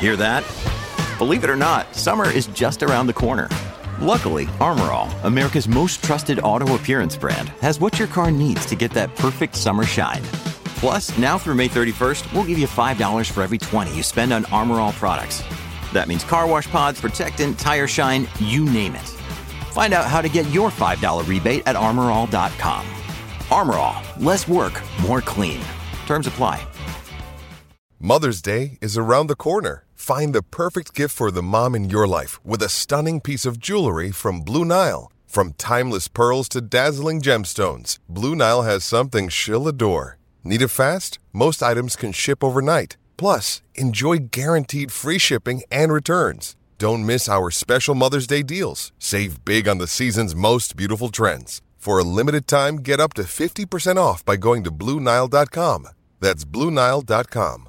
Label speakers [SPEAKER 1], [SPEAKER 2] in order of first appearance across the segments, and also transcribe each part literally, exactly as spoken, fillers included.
[SPEAKER 1] Hear that? Believe it or not, summer is just around the corner. Luckily, Armor All, America's most trusted auto appearance brand, has what your car needs to get that perfect summer shine. Plus, now through May thirty-first, we'll give you five dollars for every twenty you spend on Armor All products. That means car wash pods, protectant, tire shine, you name it. Find out how to get your five dollars rebate at armor all dot com. Armor All, less work, more clean. Terms apply.
[SPEAKER 2] Mother's Day is around the corner. Find the perfect gift for the mom in your life with a stunning piece of jewelry from Blue Nile. From timeless pearls to dazzling gemstones, Blue Nile has something she'll adore. Need it fast? Most items can ship overnight. Plus, enjoy guaranteed free shipping and returns. Don't miss our special Mother's Day deals. Save big on the season's most beautiful trends. For a limited time, get up to fifty percent off by going to blue nile dot com. That's blue nile dot com.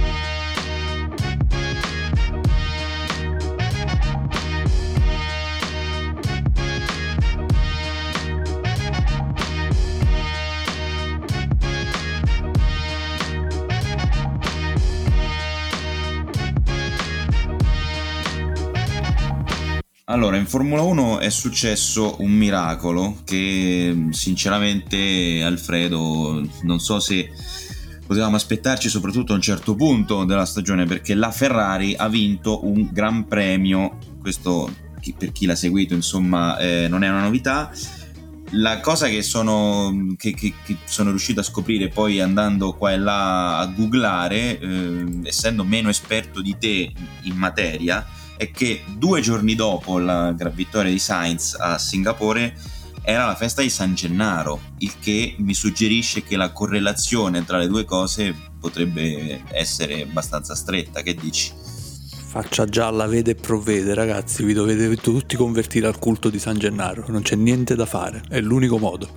[SPEAKER 3] Allora, in Formula uno è successo un miracolo che sinceramente, Alfredo, non so se potevamo aspettarci, soprattutto a un certo punto della stagione, perché la Ferrari ha vinto un gran premio. Questo, per chi l'ha seguito, insomma, eh, non è una novità. La cosa che sono, che, che, che sono riuscito a scoprire poi andando qua e là a googlare, eh, essendo meno esperto di te in materia, è che due giorni dopo la vittoria di Sainz a Singapore era la festa di San Gennaro, il che mi suggerisce che la correlazione tra le due cose potrebbe essere abbastanza stretta. Che dici?
[SPEAKER 4] Faccia gialla, vede e provvede, ragazzi, vi dovete tutti convertire al culto di San Gennaro, non c'è niente da fare, è l'unico modo.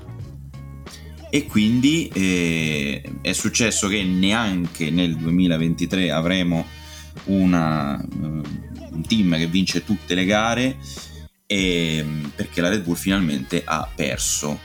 [SPEAKER 3] E quindi eh, è successo che neanche nel duemilaventitré avremo una... Uh, un team che vince tutte le gare, e, perché la Red Bull finalmente ha perso.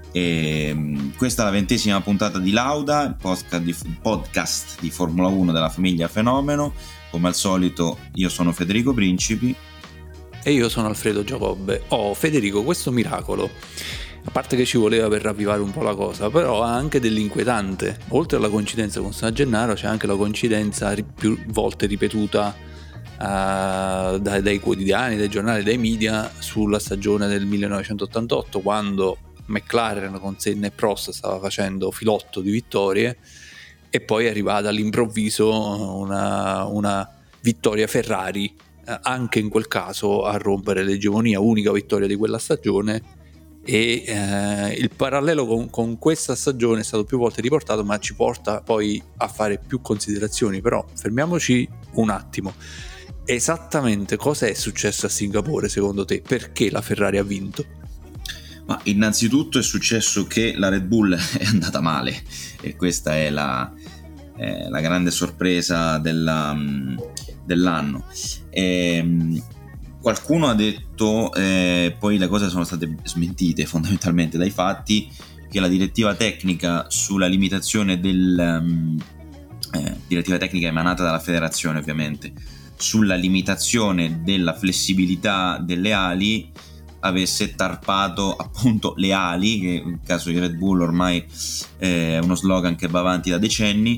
[SPEAKER 3] E, questa è la ventesima puntata di Lauda, il podcast di, podcast di Formula uno della famiglia Fenomeno. Come al solito io sono Federico Principi
[SPEAKER 4] e io sono Alfredo Giacobbe. Oh Federico, questo miracolo, a parte che ci voleva per ravvivare un po' la cosa, però ha anche dell'inquietante. Oltre alla coincidenza con San Gennaro c'è anche la coincidenza più volte ripetuta Uh, dai, dai quotidiani, dai giornali, dai media sulla stagione del millenovecentottantotto, quando McLaren con Senna e Prost stava facendo filotto di vittorie, e poi è arrivata all'improvviso una, una vittoria Ferrari, uh, anche in quel caso a rompere l'egemonia, unica vittoria di quella stagione. E uh, il parallelo con, con questa stagione è stato più volte riportato, ma ci porta poi a fare più considerazioni. Però fermiamoci un attimo. Esattamente cosa è successo a Singapore secondo te? Perché la Ferrari ha vinto?
[SPEAKER 3] Ma innanzitutto è successo che la Red Bull è andata male, e questa è la, eh, la grande sorpresa della, dell'anno. E, qualcuno ha detto, eh, poi le cose sono state smentite fondamentalmente dai fatti, che la direttiva tecnica sulla limitazione del um, eh, direttiva tecnica emanata dalla federazione, ovviamente, sulla limitazione della flessibilità delle ali avesse tarpato appunto le ali, che in caso di Red Bull ormai è uno slogan che va avanti da decenni,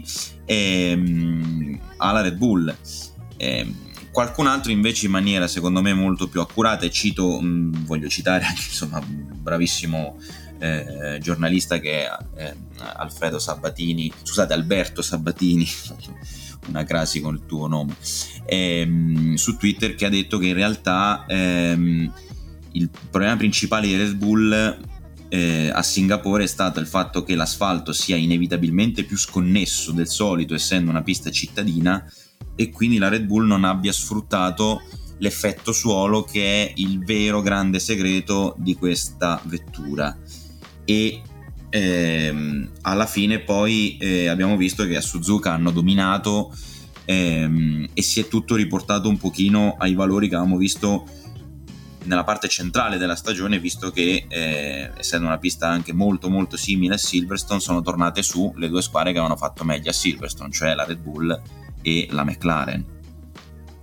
[SPEAKER 3] ehm, alla Red Bull. Eh, qualcun altro invece in maniera secondo me molto più accurata, e cito, mh, voglio citare anche insomma un bravissimo eh, giornalista che è eh, Alfredo Sabatini, scusate Alberto Sabatini, una crasi con il tuo nome, ehm, su Twitter, che ha detto che in realtà ehm, il problema principale di Red Bull eh, a Singapore è stato il fatto che l'asfalto sia inevitabilmente più sconnesso del solito, essendo una pista cittadina, e quindi la Red Bull non abbia sfruttato l'effetto suolo, che è il vero grande segreto di questa vettura. E ehm, alla fine poi eh, abbiamo visto che a Suzuka hanno dominato, ehm, e si è tutto riportato un pochino ai valori che avevamo visto nella parte centrale della stagione, visto che eh, essendo una pista anche molto molto simile a Silverstone, sono tornate su le due squadre che avevano fatto meglio a Silverstone, cioè la Red Bull e la McLaren.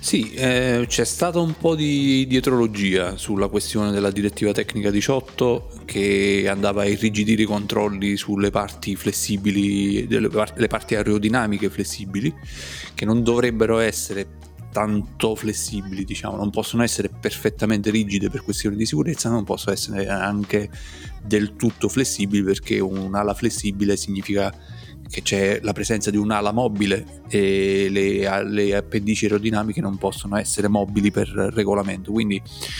[SPEAKER 4] Sì, eh, c'è stata un po' di dietrologia sulla questione della direttiva tecnica diciotto che andava a irrigidire i controlli sulle parti flessibili, delle parti, le parti aerodinamiche flessibili, che non dovrebbero essere tanto flessibili, diciamo, non possono essere perfettamente rigide per questioni di sicurezza, non possono essere anche del tutto flessibili, perché un'ala flessibile significa che c'è la presenza di un'ala mobile e le, le appendici aerodinamiche non possono essere mobili per regolamento, quindi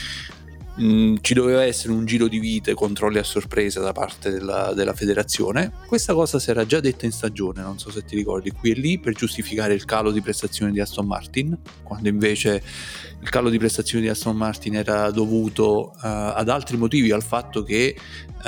[SPEAKER 4] mh, ci doveva essere un giro di vite, controlli a sorpresa da parte della, della federazione. Questa cosa si era già detta in stagione, non so se ti ricordi, qui e lì, per giustificare il calo di prestazioni di Aston Martin, quando invece il calo di prestazioni di Aston Martin era dovuto uh, ad altri motivi, al fatto che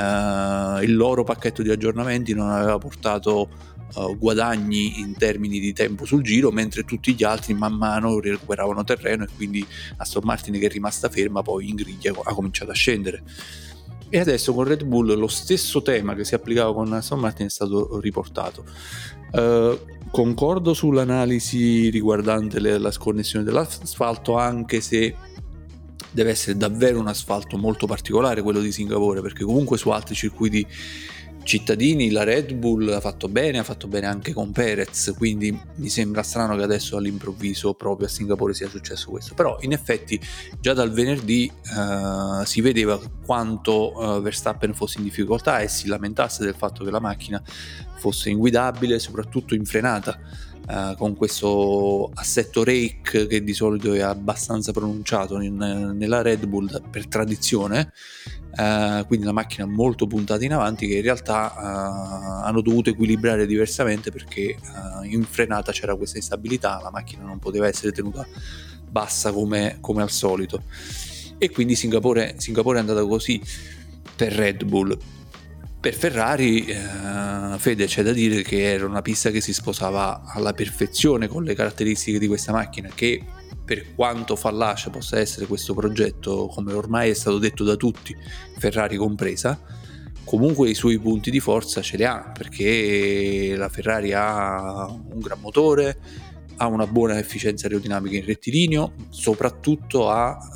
[SPEAKER 4] uh, il loro pacchetto di aggiornamenti non aveva portato Uh, guadagni in termini di tempo sul giro, mentre tutti gli altri man mano recuperavano terreno, e quindi Aston Martin, che è rimasta ferma, poi in griglia ha cominciato a scendere. E adesso con Red Bull lo stesso tema che si applicava con Aston Martin è stato riportato. Uh, concordo sull'analisi riguardante le, la sconnessione dell'asfalto, anche se deve essere davvero un asfalto molto particolare quello di Singapore, perché comunque su altri circuiti cittadini la Red Bull ha fatto bene, ha fatto bene anche con Perez, quindi mi sembra strano che adesso all'improvviso proprio a Singapore sia successo questo. Però in effetti già dal venerdì uh, si vedeva quanto uh, Verstappen fosse in difficoltà e si lamentasse del fatto che la macchina fosse inguidabile, soprattutto in frenata, uh, con questo assetto rake che di solito è abbastanza pronunciato in, nella Red Bull per tradizione. Uh, quindi la macchina molto puntata in avanti, che in realtà uh, hanno dovuto equilibrare diversamente, perché uh, in frenata c'era questa instabilità, la macchina non poteva essere tenuta bassa come, come al solito, e quindi Singapore, Singapore è andata così per Red Bull. Per Ferrari, uh, Fede, c'è da dire che era una pista che si sposava alla perfezione con le caratteristiche di questa macchina, che per quanto fallace possa essere questo progetto, come ormai è stato detto da tutti, Ferrari compresa, comunque i suoi punti di forza ce li ha, perché la Ferrari ha un gran motore, ha una buona efficienza aerodinamica in rettilineo, soprattutto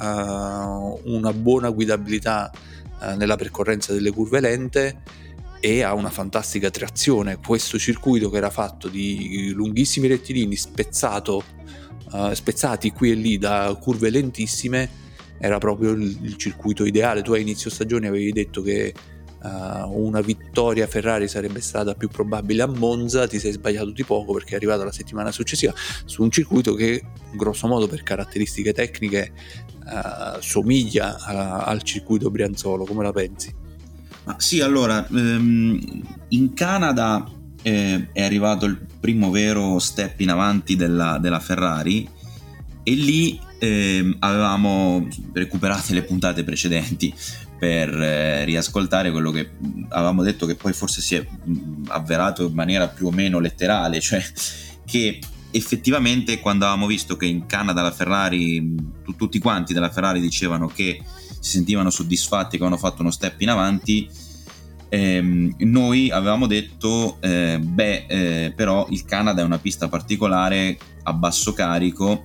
[SPEAKER 4] ha uh, una buona guidabilità uh, nella percorrenza delle curve lente, e ha una fantastica trazione. Questo circuito, che era fatto di lunghissimi rettilini spezzato Uh, spezzati qui e lì da curve lentissime, era proprio il, il circuito ideale. Tu a inizio stagione avevi detto che uh, una vittoria Ferrari sarebbe stata più probabile a Monza, ti sei sbagliato di poco, perché è arrivata la settimana successiva su un circuito che grosso modo per caratteristiche tecniche uh, somiglia a, al circuito brianzolo. Come la pensi?
[SPEAKER 3] Ma sì, allora um, in Canada Eh, è arrivato il primo vero step in avanti della, della Ferrari, e lì eh, avevamo recuperato le puntate precedenti per eh, riascoltare quello che avevamo detto, che poi forse si è avverato in maniera più o meno letterale, cioè che effettivamente quando avevamo visto che in Canada la Ferrari, t- tutti quanti della Ferrari dicevano che si sentivano soddisfatti, che avevano fatto uno step in avanti, Eh, noi avevamo detto eh, beh eh, però il Canada è una pista particolare a basso carico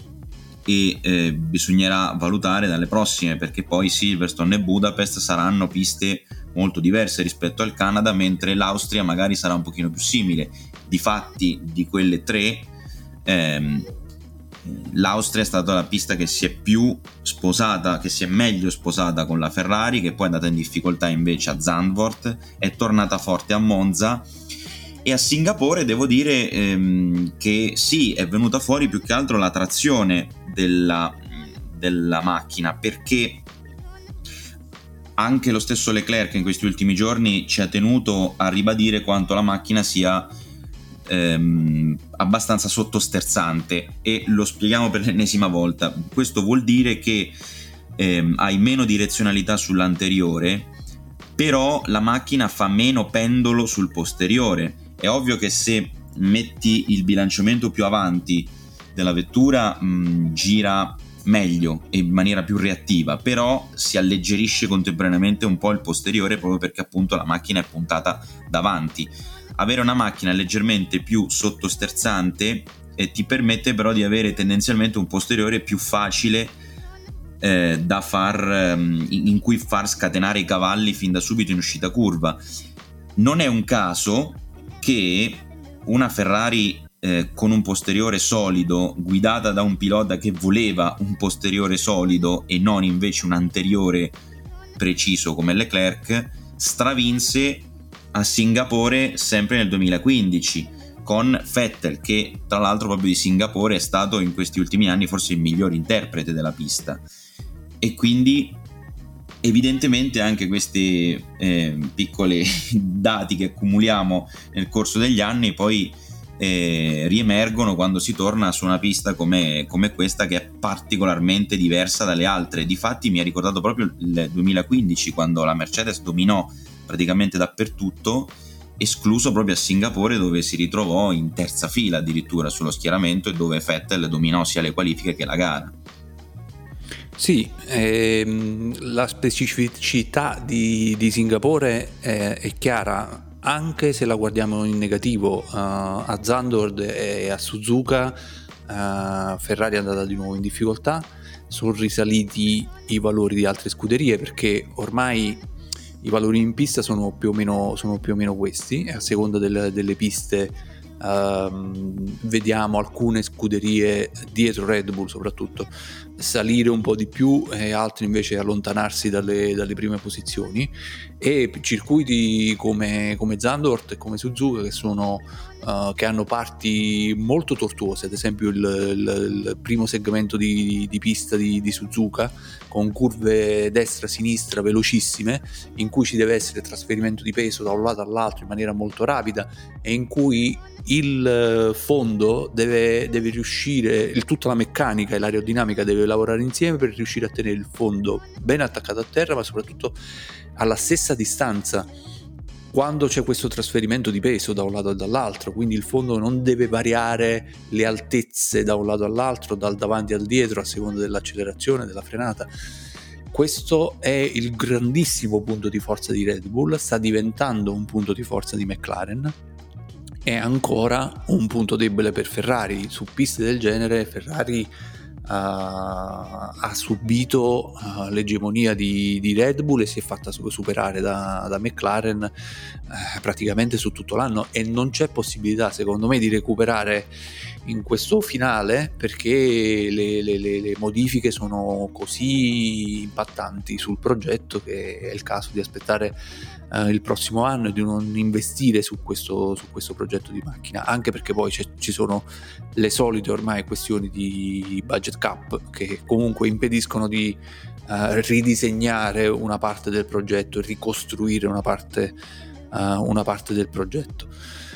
[SPEAKER 3] e eh, bisognerà valutare dalle prossime, perché poi Silverstone e Budapest saranno piste molto diverse rispetto al Canada, mentre l'Austria magari sarà un pochino più simile. Difatti di quelle tre ehm, l'Austria è stata la pista che si è più sposata, che si è meglio sposata con la Ferrari, che poi è andata in difficoltà invece a Zandvoort, è tornata forte a Monza, e a Singapore devo dire ehm, che sì, è venuta fuori più che altro la trazione della, della macchina, perché anche lo stesso Leclerc in questi ultimi giorni ci ha tenuto a ribadire quanto la macchina sia Ehm, abbastanza sottosterzante, e lo spieghiamo per l'ennesima volta. Questo vuol dire che ehm, hai meno direzionalità sull'anteriore, però la macchina fa meno pendolo sul posteriore. È ovvio che se metti il bilanciamento più avanti della vettura mh, gira meglio e in maniera più reattiva, però si alleggerisce contemporaneamente un po' il posteriore, proprio perché appunto la macchina è puntata davanti. Avere una macchina leggermente più sottosterzante e ti permette però di avere tendenzialmente un posteriore più facile eh, da far um, in cui far scatenare i cavalli fin da subito in uscita curva. Non è un caso che una Ferrari eh, con un posteriore solido, guidata da un pilota che voleva un posteriore solido e non invece un anteriore preciso come Leclerc, stravinse a Singapore sempre nel duemilaquindici con Vettel, che tra l'altro proprio di Singapore è stato in questi ultimi anni forse il miglior interprete della pista. E quindi evidentemente anche questi eh, piccoli dati che accumuliamo nel corso degli anni poi eh, riemergono quando si torna su una pista come, come questa, che è particolarmente diversa dalle altre. Difatti mi ha ricordato proprio il duemilaquindici, quando la Mercedes dominò praticamente dappertutto, escluso proprio a Singapore, dove si ritrovò in terza fila addirittura sullo schieramento e dove Vettel dominò sia le qualifiche che la gara.
[SPEAKER 4] Sì, ehm, la specificità di, di Singapore è, è chiara, anche se la guardiamo in negativo. Uh, a Zandvoort e a Suzuka uh, Ferrari è andata di nuovo in difficoltà, sono risaliti i valori di altre scuderie, perché ormai i valori in pista sono più o meno, sono più o meno questi, a seconda del, delle piste. Uh, vediamo alcune scuderie dietro Red Bull soprattutto salire un po' di più e altre invece allontanarsi dalle, dalle prime posizioni, e circuiti come, come Zandvoort e come Suzuka che sono uh, che hanno parti molto tortuose, ad esempio il, il, il primo segmento di, di pista di, di Suzuka con curve destra-sinistra velocissime, in cui ci deve essere trasferimento di peso da un lato all'altro in maniera molto rapida, e in cui il fondo deve, deve riuscire, il, tutta la meccanica e l'aerodinamica deve lavorare insieme per riuscire a tenere il fondo ben attaccato a terra, ma soprattutto alla stessa distanza quando c'è questo trasferimento di peso da un lato e dall'altro. Quindi il fondo non deve variare le altezze da un lato all'altro, dal davanti al dietro, a seconda dell'accelerazione, della frenata. Questo è il grandissimo punto di forza di Red Bull, sta diventando un punto di forza di McLaren, è ancora un punto debole per Ferrari. Su piste del genere Ferrari uh, ha subito uh, l'egemonia di, di Red Bull e si è fatta superare da, da McLaren uh, praticamente su tutto l'anno, e non c'è possibilità secondo me di recuperare in questo finale, perché le, le, le modifiche sono così impattanti sul progetto che è il caso di aspettare uh, il prossimo anno e di non investire su questo, su questo progetto di macchina, anche perché poi ci sono le solite ormai questioni di budget cap che comunque impediscono di uh, ridisegnare una parte del progetto e ricostruire una parte, uh, una parte del progetto.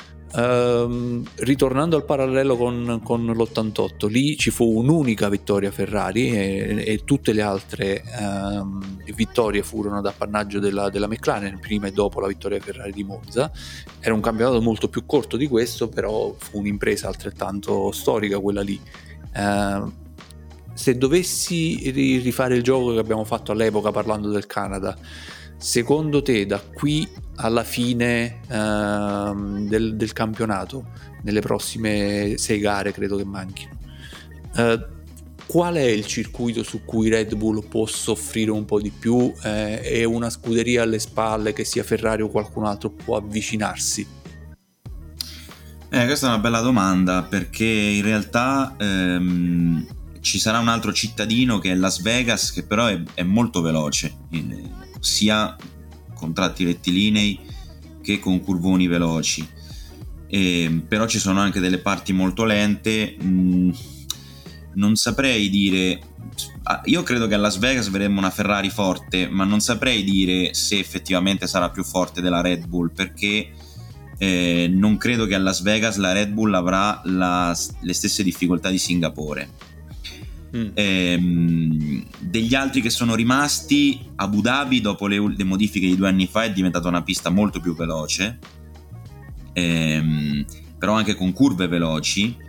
[SPEAKER 4] Uh, ritornando al parallelo con, con l'ottantotto, lì ci fu un'unica vittoria Ferrari e, e tutte le altre uh, vittorie furono d'appannaggio della, della McLaren prima e dopo la vittoria Ferrari di Monza. Era un campionato molto più corto di questo, però fu un'impresa altrettanto storica quella lì. Uh, se dovessi rifare il gioco che abbiamo fatto all'epoca parlando del Canada, secondo te da qui alla fine uh, del, del campionato, nelle prossime sei gare credo che manchino, uh, qual è il circuito su cui Red Bull può soffrire un po' di più eh, e una scuderia alle spalle, che sia Ferrari o qualcun altro, può avvicinarsi?
[SPEAKER 3] Eh, questa è una bella domanda, perché in realtà ehm, ci sarà un altro cittadino che è Las Vegas, che però è, è molto veloce, sia con tratti rettilinei che con curvoni veloci, e, però ci sono anche delle parti molto lente. mh, non saprei dire, io credo che a Las Vegas vedremo una Ferrari forte, ma non saprei dire se effettivamente sarà più forte della Red Bull, perché eh, non credo che a Las Vegas la Red Bull avrà la, le stesse difficoltà di Singapore. Mm. Ehm, degli altri che sono rimasti, Abu Dhabi dopo le, le modifiche di due anni fa è diventata una pista molto più veloce, ehm, però anche con curve veloci.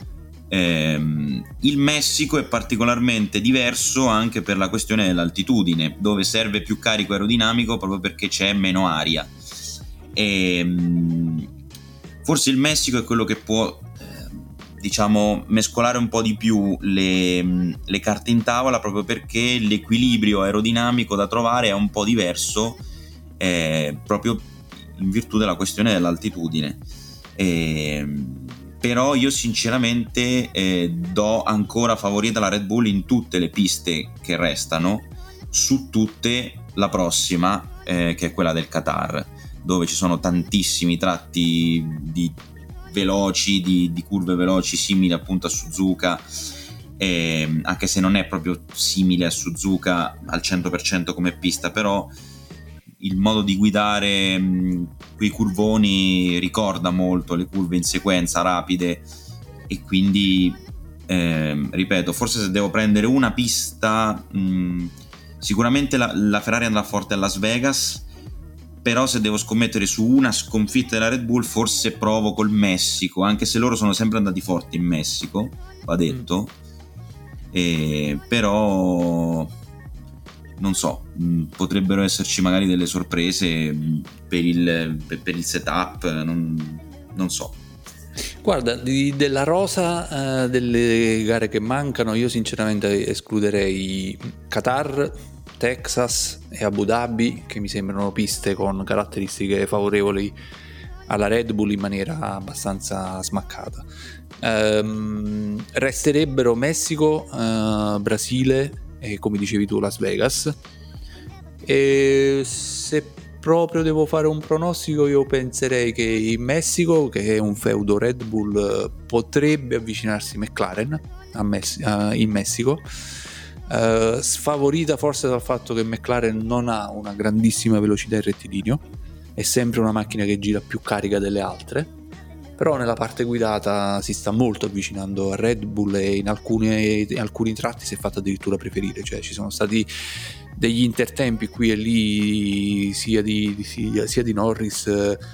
[SPEAKER 3] ehm, il Messico è particolarmente diverso anche per la questione dell'altitudine, dove serve più carico aerodinamico proprio perché c'è meno aria. ehm, forse il Messico è quello che può diciamo mescolare un po' di più le, le carte in tavola, proprio perché l'equilibrio aerodinamico da trovare è un po' diverso, eh, proprio in virtù della questione dell'altitudine. Eh, però io sinceramente eh, do ancora favorita la Red Bull in tutte le piste che restano, su tutte la prossima, eh, che è quella del Qatar, dove ci sono tantissimi tratti di veloci, di, di curve veloci simili appunto a Suzuka, eh, anche se non è proprio simile a Suzuka al cento per cento come pista, però il modo di guidare mh, quei curvoni ricorda molto le curve in sequenza rapide, e quindi eh, ripeto, forse se devo prendere una pista, mh, sicuramente la, la Ferrari andrà forte a Las Vegas, però se devo scommettere su una sconfitta della Red Bull forse provo col Messico, anche se loro sono sempre andati forti in Messico, va detto, e, però non so, potrebbero esserci magari delle sorprese per il, per il setup, non, non so.
[SPEAKER 4] Guarda, di, della rosa eh, delle gare che mancano, io sinceramente escluderei Qatar, Texas e Abu Dhabi, che mi sembrano piste con caratteristiche favorevoli alla Red Bull in maniera abbastanza smaccata. Ehm, resterebbero Messico, eh, Brasile e, come dicevi tu, Las Vegas. E se proprio devo fare un pronostico, io penserei che in Messico, che è un feudo Red Bull, potrebbe avvicinarsi McLaren a Messi- a, in Messico, uh, sfavorita forse dal fatto che McLaren non ha una grandissima velocità in rettilineo, è sempre una macchina che gira più carica delle altre, però nella parte guidata si sta molto avvicinando a Red Bull, e in alcuni, in alcuni tratti si è fatto addirittura preferire, cioè ci sono stati degli intertempi qui e lì sia di, sia, sia di Norris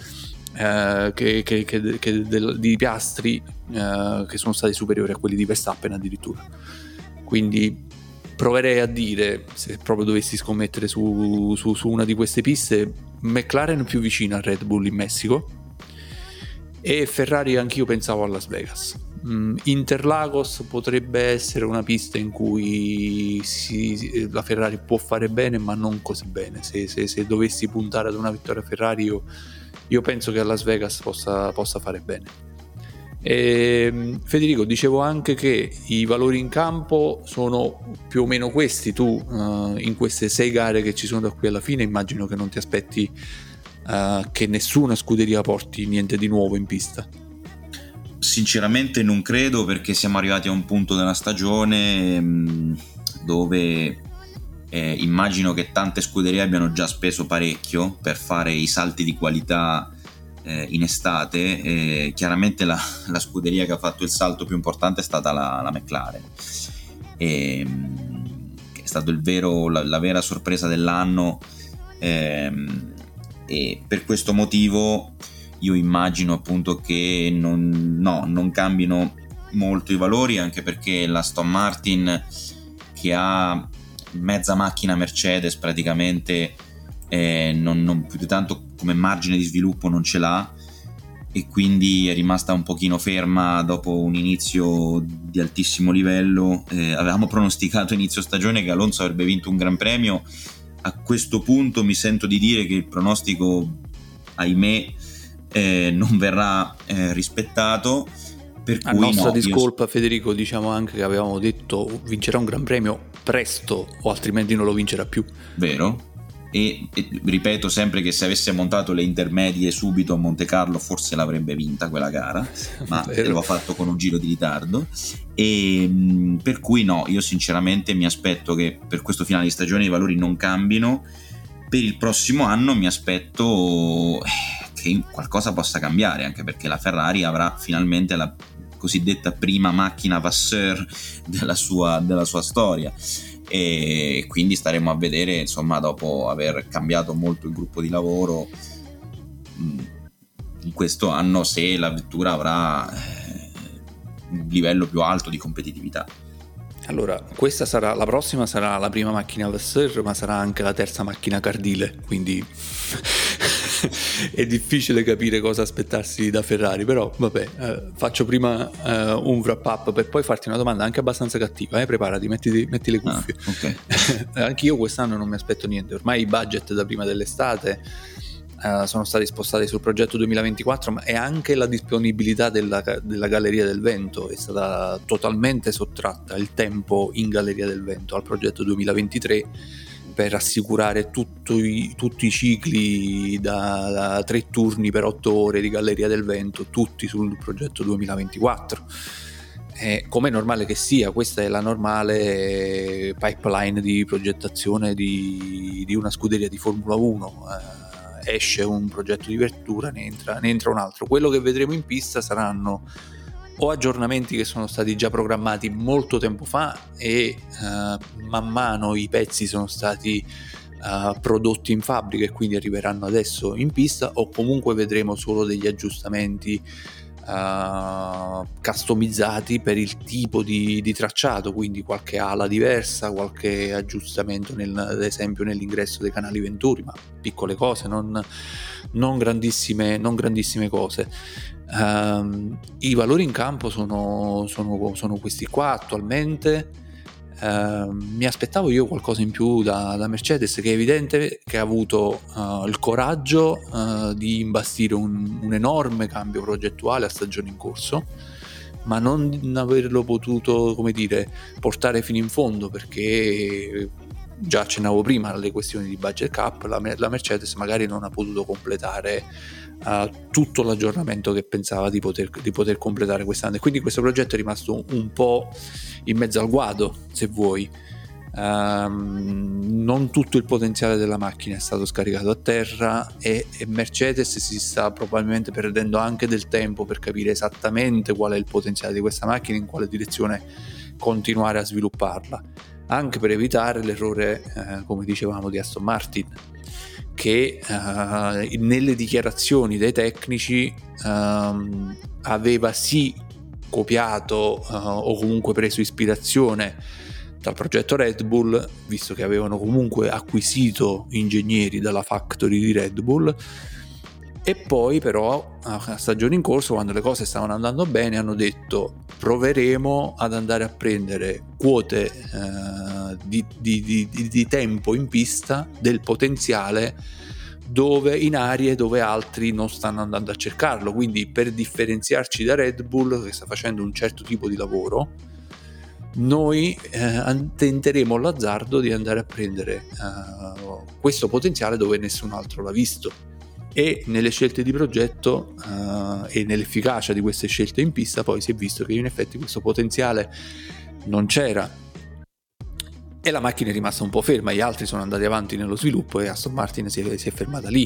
[SPEAKER 4] eh, che, che, che, che del, di Piastri, eh, che sono stati superiori a quelli di Verstappen addirittura. Quindi proverei a dire, se proprio dovessi scommettere su, su, su una di queste piste, McLaren più vicino a Red Bull in Messico, e Ferrari anch'io pensavo a Las Vegas. Interlagos potrebbe essere una pista in cui si, la Ferrari può fare bene, ma non così bene. Se, se, se dovessi puntare ad una vittoria Ferrari, io, io penso che a Las Vegas possa, possa fare bene. E, Federico, dicevo anche che i valori in campo sono più o meno questi. Tu uh, in queste sei gare che ci sono da qui alla fine, immagino che non ti aspetti uh, che nessuna scuderia porti niente di nuovo in pista.
[SPEAKER 3] Sinceramente non credo, perché siamo arrivati a un punto della stagione mh, dove eh, immagino che tante scuderie abbiano già speso parecchio per fare i salti di qualità eh, in estate. Eh, chiaramente la, la scuderia che ha fatto il salto più importante è stata la, la McLaren, e, mh, che è stato il vero, la, la vera sorpresa dell'anno, ehm, e per questo motivo io immagino appunto che non, no, non cambino molto i valori, anche perché la Aston Martin, che ha mezza macchina Mercedes praticamente, eh, non, non più di tanto come margine di sviluppo non ce l'ha, e quindi è rimasta un pochino ferma dopo un inizio di altissimo livello. Eh, avevamo pronosticato inizio stagione che Alonso avrebbe vinto un Gran Premio. A questo punto mi sento di dire che il pronostico, ahimè, Eh, non verrà eh, rispettato, per
[SPEAKER 4] a
[SPEAKER 3] cui
[SPEAKER 4] nostra
[SPEAKER 3] no,
[SPEAKER 4] discolpa
[SPEAKER 3] io...
[SPEAKER 4] Federico, diciamo anche che avevamo detto vincerà un Gran Premio presto, o altrimenti non lo vincerà più.
[SPEAKER 3] Vero? E, e ripeto sempre che se avesse montato le intermedie subito a Monte Carlo forse l'avrebbe vinta quella gara, ma lo ha fatto con un giro di ritardo, e mh, per cui no, io sinceramente mi aspetto che per questo finale di stagione i valori non cambino. Per il prossimo anno mi aspetto che qualcosa possa cambiare, anche perché la Ferrari avrà finalmente la cosiddetta prima macchina Vasseur della sua, della sua storia, e quindi staremo a vedere, insomma, dopo aver cambiato molto il gruppo di lavoro in questo anno, se la vettura avrà un livello più alto di competitività.
[SPEAKER 4] Allora, questa sarà, la prossima sarà la prima macchina Vasseur, ma sarà anche la terza macchina Cardile, quindi è difficile capire cosa aspettarsi da Ferrari, però vabbè, eh, faccio prima eh, un wrap up per poi farti una domanda anche abbastanza cattiva, eh? Preparati, metti, metti le cuffie.
[SPEAKER 3] Ah, okay.
[SPEAKER 4] Anch'io quest'anno non mi aspetto niente, ormai i budget da prima dell'estate Uh, sono stati spostati sul progetto duemilaventiquattro, ma e anche la disponibilità della, della Galleria del Vento è stata totalmente sottratta, il tempo in Galleria del Vento, al progetto duemilaventitré, per assicurare i, tutti i cicli da, da tre turni per otto ore di Galleria del Vento, tutti sul progetto duemilaventiquattro. E come è normale che sia, questa è la normale pipeline di progettazione di, di una scuderia di Formula uno. Uh, esce un progetto di vettura, ne entra, ne entra un altro. Quello che vedremo in pista saranno o aggiornamenti che sono stati già programmati molto tempo fa e uh, man mano i pezzi sono stati uh, prodotti in fabbrica e quindi arriveranno adesso in pista, o comunque vedremo solo degli aggiustamenti Uh, customizzati per il tipo di, di tracciato, quindi qualche ala diversa, qualche aggiustamento nel, ad esempio nell'ingresso dei canali Venturi, ma piccole cose, non, non, grandissime, non grandissime cose. Uh, i valori in campo sono, sono, sono questi qua attualmente. Uh, mi aspettavo io qualcosa in più da, da Mercedes, che è evidente che ha avuto uh, il coraggio uh, di imbastire un, un enorme cambio progettuale a stagione in corso, ma non averlo potuto, come dire, portare fino in fondo, perché già accennavo prima alle questioni di budget cap, la, la Mercedes magari non ha potuto completare uh, tutto l'aggiornamento che pensava di poter, di poter completare quest'anno, e quindi questo progetto è rimasto un, un po' in mezzo al guado, se vuoi. Um, non tutto il potenziale della macchina è stato scaricato a terra e, e Mercedes si sta probabilmente perdendo anche del tempo per capire esattamente qual è il potenziale di questa macchina, in quale direzione continuare a svilupparla, anche per evitare l'errore, eh, come dicevamo, di Aston Martin, che eh, nelle dichiarazioni dei tecnici eh, aveva sì copiato uh, o comunque preso ispirazione dal progetto Red Bull, visto che avevano comunque acquisito ingegneri dalla factory di Red Bull, e poi però a stagione in corso, quando le cose stavano andando bene, hanno detto proveremo ad andare a prendere quote uh, di, di, di, di tempo in pista del potenziale dove in aree dove altri non stanno andando a cercarlo, quindi per differenziarci da Red Bull, che sta facendo un certo tipo di lavoro, noi eh, tenteremo l'azzardo di andare a prendere uh, questo potenziale dove nessun altro l'ha visto. E nelle scelte di progetto uh, e nell'efficacia di queste scelte in pista poi si è visto che in effetti questo potenziale non c'era, e la macchina è rimasta un po' ferma. Gli altri sono andati avanti nello sviluppo e Aston Martin si è, si è fermata lì.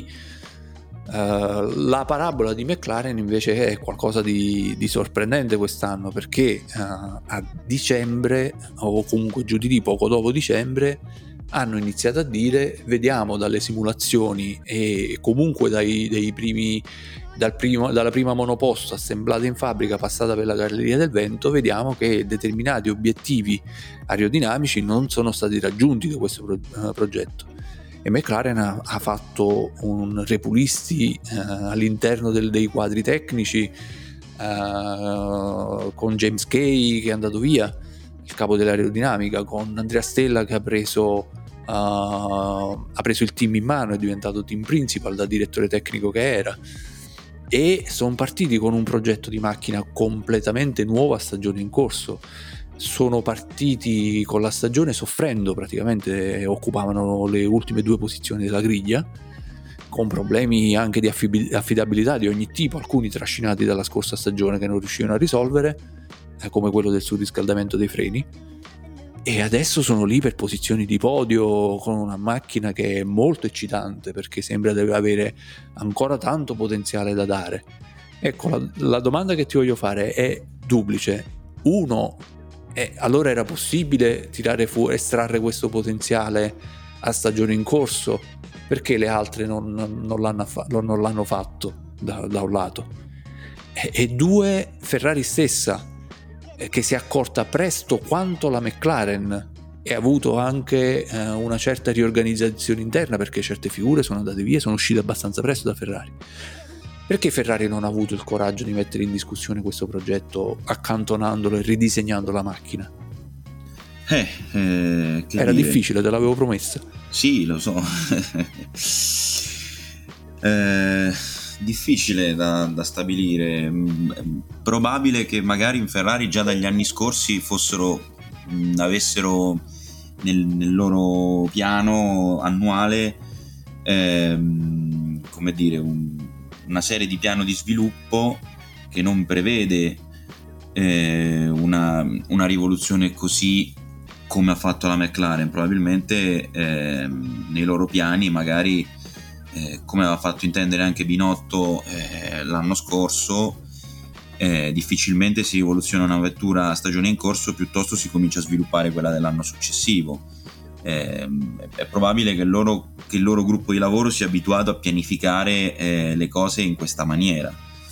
[SPEAKER 4] Uh, la parabola di McLaren invece è qualcosa di, di sorprendente quest'anno, perché uh, a dicembre, o comunque giù di lì poco dopo dicembre, hanno iniziato a dire vediamo dalle simulazioni e comunque dai, dai primi, dal primo, dalla prima monoposto assemblata in fabbrica passata per la Galleria del Vento, vediamo che determinati obiettivi aerodinamici non sono stati raggiunti da questo pro, uh, progetto. E McLaren ha, ha fatto un repulisti uh, all'interno del, dei quadri tecnici, uh, con James Kay che è andato via, il capo dell'aerodinamica, con Andrea Stella che ha preso uh, ha preso il team in mano, è diventato team principal da direttore tecnico che era, e sono partiti con un progetto di macchina completamente nuovo a stagione in corso. Sono partiti con la stagione soffrendo, praticamente occupavano le ultime due posizioni della griglia, con problemi anche di affidabilità di ogni tipo, alcuni trascinati dalla scorsa stagione che non riuscivano a risolvere, come quello del surriscaldamento dei freni, e adesso sono lì per posizioni di podio con una macchina che è molto eccitante, perché sembra di avere ancora tanto potenziale da dare. Ecco, la, la domanda che ti voglio fare è duplice. Uno, eh, allora era possibile tirare fuori, estrarre questo potenziale a stagione in corso? Perché le altre non, non, l'hanno, fa- non l'hanno fatto da, da un lato? E, e due, Ferrari stessa, che si è accorta presto quanto la McLaren e ha avuto anche eh, una certa riorganizzazione interna, perché certe figure sono andate via, sono uscite abbastanza presto da Ferrari. Perché Ferrari non ha avuto il coraggio di mettere in discussione questo progetto, accantonandolo e ridisegnando la macchina?
[SPEAKER 3] Eh, eh, che
[SPEAKER 4] Era
[SPEAKER 3] dire?
[SPEAKER 4] difficile, te l'avevo promessa.
[SPEAKER 3] Sì, lo so. eh, difficile da, da stabilire. Probabile che magari in Ferrari già dagli anni scorsi fossero mh, avessero nel, nel loro piano annuale ehm, come dire un, una serie di piano di sviluppo che non prevede eh, una, una rivoluzione così come ha fatto la McLaren. Probabilmente eh, nei loro piani magari eh, come aveva fatto intendere anche Binotto eh, l'anno scorso, eh, difficilmente si rivoluziona una vettura a stagione in corso, piuttosto si comincia a sviluppare quella dell'anno successivo. Eh, è probabile che il, loro, che il loro gruppo di lavoro sia abituato a pianificare eh, le cose in questa maniera,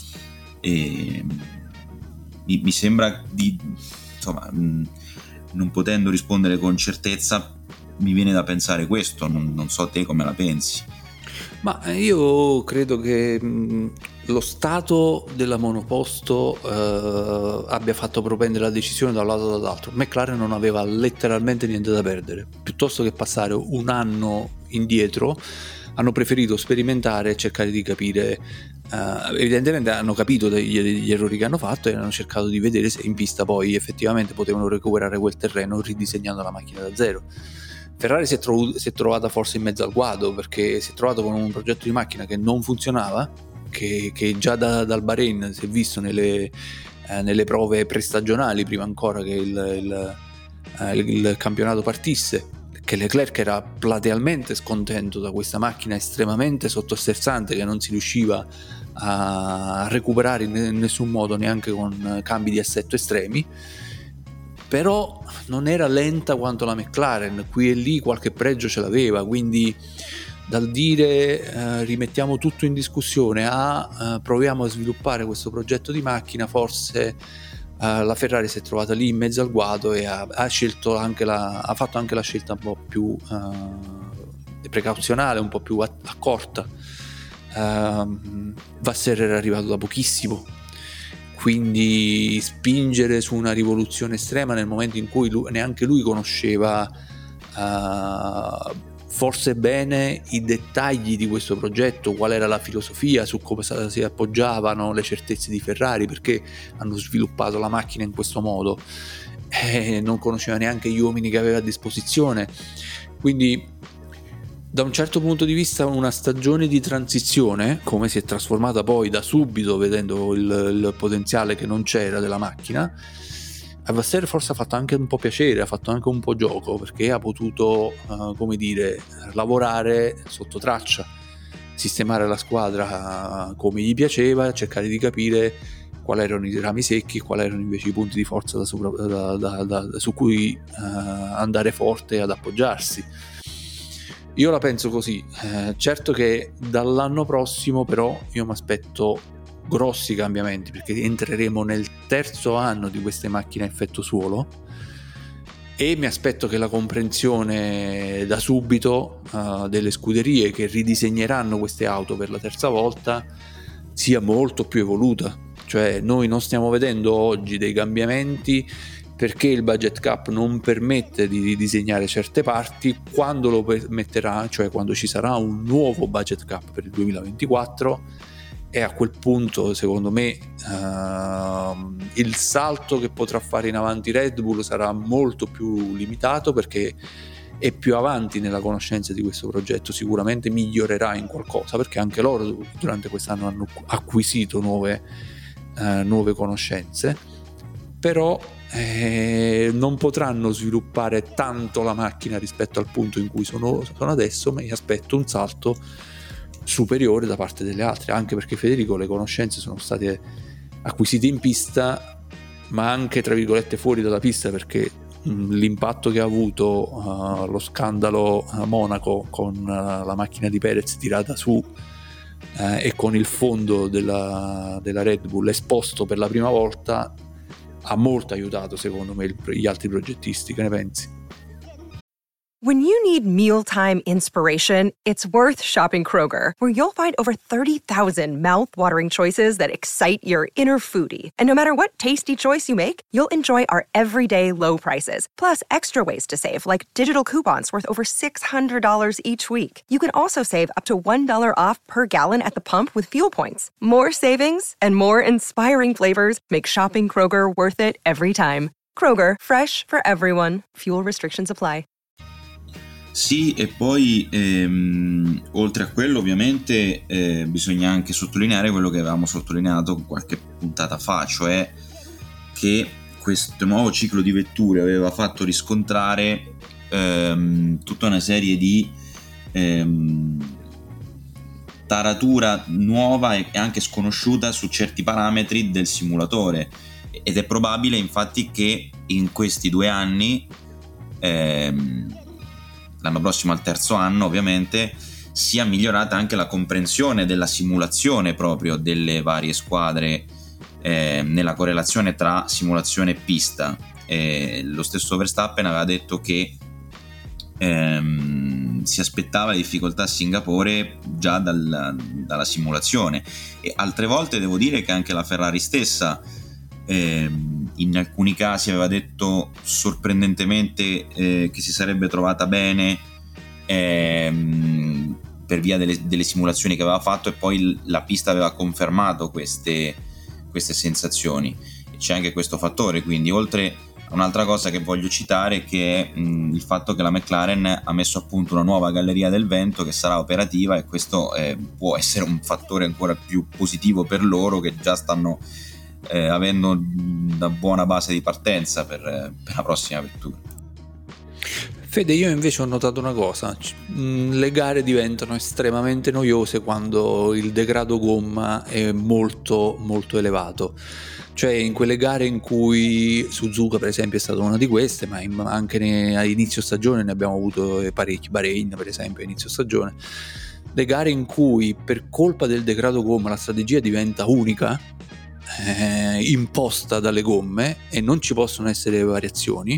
[SPEAKER 3] e mi, mi sembra di insomma mh, non potendo rispondere con certezza, mi viene da pensare questo. Non, non so te come la pensi.
[SPEAKER 4] Ma io credo che mh, lo stato della monoposto eh, abbia fatto propendere la decisione da un lato o dall'altro. McLaren non aveva letteralmente niente da perdere. Piuttosto che passare un anno indietro, hanno preferito sperimentare e cercare di capire. Uh, evidentemente hanno capito degli, degli errori che hanno fatto e hanno cercato di vedere se in pista poi effettivamente potevano recuperare quel terreno ridisegnando la macchina da zero. Ferrari si è, tro- si è trovata forse in mezzo al guado, perché si è trovato con un progetto di macchina che non funzionava, che, che già da, dal Bahrain si è visto nelle, eh, nelle prove prestagionali, prima ancora che il, il, eh, il, il campionato partisse, che Leclerc era platealmente scontento da questa macchina estremamente sottosterzante che non si riusciva a recuperare in nessun modo, neanche con cambi di assetto estremi. Però non era lenta quanto la McLaren, qui e lì qualche pregio ce l'aveva, quindi dal dire eh, rimettiamo tutto in discussione a eh, proviamo a sviluppare questo progetto di macchina, forse Uh, la Ferrari si è trovata lì in mezzo al guado e ha, ha scelto anche la, ha fatto anche la scelta un po' più uh, precauzionale, un po' più accorta. uh, Vasseur era arrivato da pochissimo, quindi spingere su una rivoluzione estrema nel momento in cui lui, neanche lui conosceva uh, forse bene i dettagli di questo progetto, qual era la filosofia, su come si appoggiavano le certezze di Ferrari, perché hanno sviluppato la macchina in questo modo, e non conosceva neanche gli uomini che aveva a disposizione. Quindi da un certo punto di vista una stagione di transizione, come si è trasformata poi da subito vedendo il, il potenziale che non c'era della macchina, a Vasseur forse ha fatto anche un po' piacere, ha fatto anche un po' gioco, perché ha potuto uh, come dire lavorare sotto traccia, sistemare la squadra uh, come gli piaceva, cercare di capire quali erano i rami secchi, quali erano invece i punti di forza da sopra, da, da, da, su cui uh, andare forte ad appoggiarsi. Io la penso così. Eh, certo che dall'anno prossimo però io mi aspetto grossi cambiamenti, perché entreremo nel terzo anno di queste macchine a effetto suolo e mi aspetto che la comprensione da subito uh, delle scuderie che ridisegneranno queste auto per la terza volta sia molto più evoluta. Cioè noi non stiamo vedendo oggi dei cambiamenti perché il budget cap non permette di ridisegnare certe parti. Quando lo permetterà, cioè quando ci sarà un nuovo budget cap per il duemilaventiquattro, e a quel punto secondo me uh, il salto che potrà fare in avanti Red Bull sarà molto più limitato, perché è più avanti nella conoscenza di questo progetto, sicuramente migliorerà in qualcosa, perché anche loro durante quest'anno hanno acquisito nuove, uh, nuove conoscenze, però eh, non potranno sviluppare tanto la macchina rispetto al punto in cui sono, sono adesso. Ma mi aspetto un salto superiore da parte delle altre, anche perché Federico le conoscenze sono state acquisite in pista, ma anche tra virgolette fuori dalla pista, perché mh, l'impatto che ha avuto uh, lo scandalo a Monaco con uh, la macchina di Perez tirata su uh, e con il fondo della, della Red Bull esposto per la prima volta ha molto aiutato secondo me il, gli altri progettisti. Che ne pensi?
[SPEAKER 5] When you need mealtime inspiration, it's worth shopping Kroger, where you'll find over thirty thousand mouth-watering choices that excite your inner foodie. And no matter what tasty choice you make, you'll enjoy our everyday low prices, plus extra ways to save, like digital coupons worth over six hundred dollars each week. You can also save up to one dollar off per gallon at the pump with fuel points. More savings and more inspiring flavors make shopping Kroger worth it every time. Kroger, fresh for everyone. Fuel restrictions apply.
[SPEAKER 3] Sì, e poi ehm, oltre a quello ovviamente eh, bisogna anche sottolineare quello che avevamo sottolineato qualche puntata fa, cioè che questo nuovo ciclo di vetture aveva fatto riscontrare ehm, tutta una serie di ehm, taratura nuova e anche sconosciuta su certi parametri del simulatore, ed è probabile infatti che in questi due anni ehm, l'anno prossimo al terzo anno ovviamente sia migliorata anche la comprensione della simulazione proprio delle varie squadre eh, nella correlazione tra simulazione e pista. Eh, lo stesso Verstappen aveva detto che ehm, si aspettava le difficoltà a Singapore già dal, dalla simulazione, e altre volte devo dire che anche la Ferrari stessa ehm, in alcuni casi aveva detto sorprendentemente eh, che si sarebbe trovata bene ehm, per via delle, delle simulazioni che aveva fatto, e poi la pista aveva confermato queste, queste sensazioni. E c'è anche questo fattore, quindi oltre a un'altra cosa che voglio citare, che è mh, il fatto che la McLaren ha messo a punto una nuova galleria del vento che sarà operativa, e questo eh, può essere un fattore ancora più positivo per loro, che già stanno Eh, avendo una buona base di partenza per, per la prossima vettura.
[SPEAKER 4] Fede, io invece ho notato una cosa: le gare diventano estremamente noiose quando il degrado gomma è molto molto elevato, cioè in quelle gare in cui Suzuka per esempio è stata una di queste, ma anche ne, a inizio stagione ne abbiamo avuto parecchi, Bahrain per esempio a inizio stagione, le gare in cui per colpa del degrado gomma la strategia diventa unica, Eh, imposta dalle gomme, e non ci possono essere variazioni,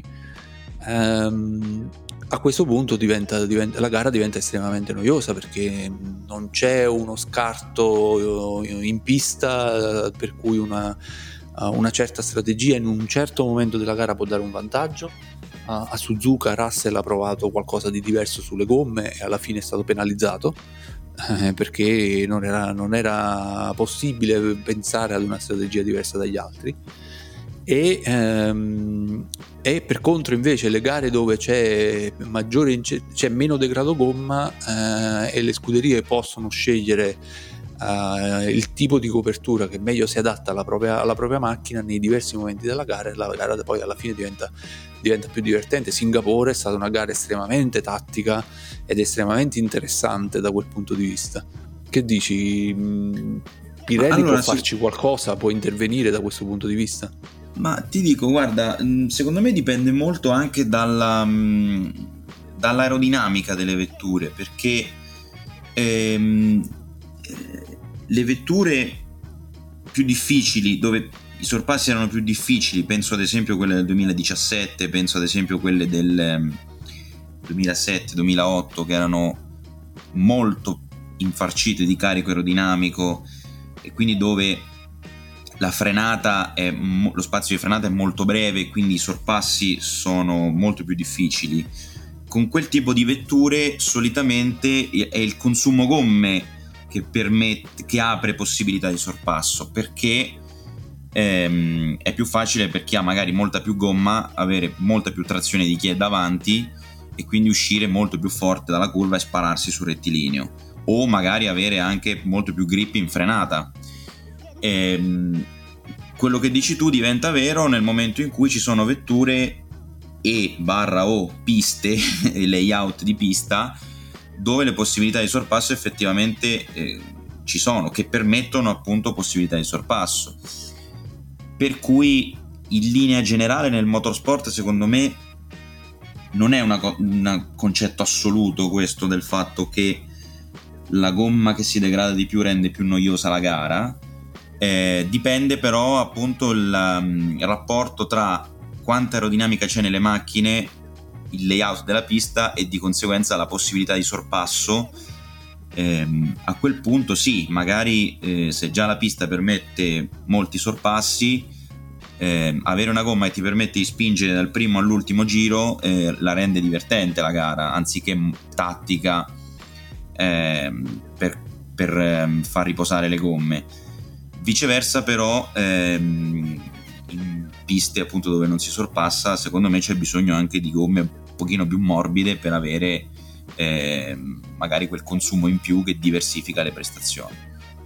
[SPEAKER 4] ehm, a questo punto diventa, diventa, la gara diventa estremamente noiosa, perché non c'è uno scarto in pista per cui una, una certa strategia in un certo momento della gara può dare un vantaggio. A, a Suzuka Russell ha provato qualcosa di diverso sulle gomme e alla fine è stato penalizzato Eh, perché non era, non era possibile pensare ad una strategia diversa dagli altri. E, ehm, e per contro invece le gare dove c'è maggiore c'è meno degrado gomma eh, e le scuderie possono scegliere eh, il tipo di copertura che meglio si adatta alla propria, alla propria macchina nei diversi momenti della gara, e la gara poi alla fine diventa, diventa più divertente. Singapore è stata una gara estremamente tattica ed estremamente interessante da quel punto di vista. Che dici? Pirelli allora, può farci sì. qualcosa, può intervenire da questo punto di vista?
[SPEAKER 3] Ma ti dico, guarda, secondo me dipende molto anche dalla, dall'aerodinamica delle vetture, perché ehm, le vetture più difficili, dove i sorpassi erano più difficili, penso ad esempio a quelle del duemiladiciassette, penso ad esempio a quelle del duemilasette duemilaotto, che erano molto infarcite di carico aerodinamico, e quindi dove la frenata è, lo spazio di frenata è molto breve, e quindi i sorpassi sono molto più difficili. Con quel tipo di vetture solitamente è il consumo gomme che permette, che apre possibilità di sorpasso, perché ehm, è più facile per chi ha magari molta più gomma avere molta più trazione di chi è davanti, e quindi uscire molto più forte dalla curva e spararsi sul rettilineo, o magari avere anche molto più grip in frenata. Ehm, quello che dici tu diventa vero nel momento in cui ci sono vetture e barra o piste e layout di pista dove le possibilità di sorpasso effettivamente eh, ci sono, che permettono appunto possibilità di sorpasso. Per cui in linea generale nel motorsport secondo me non è un concetto assoluto questo del fatto che la gomma che si degrada di più rende più noiosa la gara. Eh, dipende però appunto il, il rapporto tra quanta aerodinamica c'è nelle macchine il layout della pista e di conseguenza la possibilità di sorpasso, ehm, a quel punto sì, magari eh, se già la pista permette molti sorpassi, eh, avere una gomma che ti permette di spingere dal primo all'ultimo giro eh, la rende divertente la gara, anziché tattica ehm, per, per ehm, far riposare le gomme. Viceversa però ehm, in piste appunto dove non si sorpassa, secondo me c'è bisogno anche di gomme un pochino più morbide per avere eh, magari quel consumo in più che diversifica le prestazioni.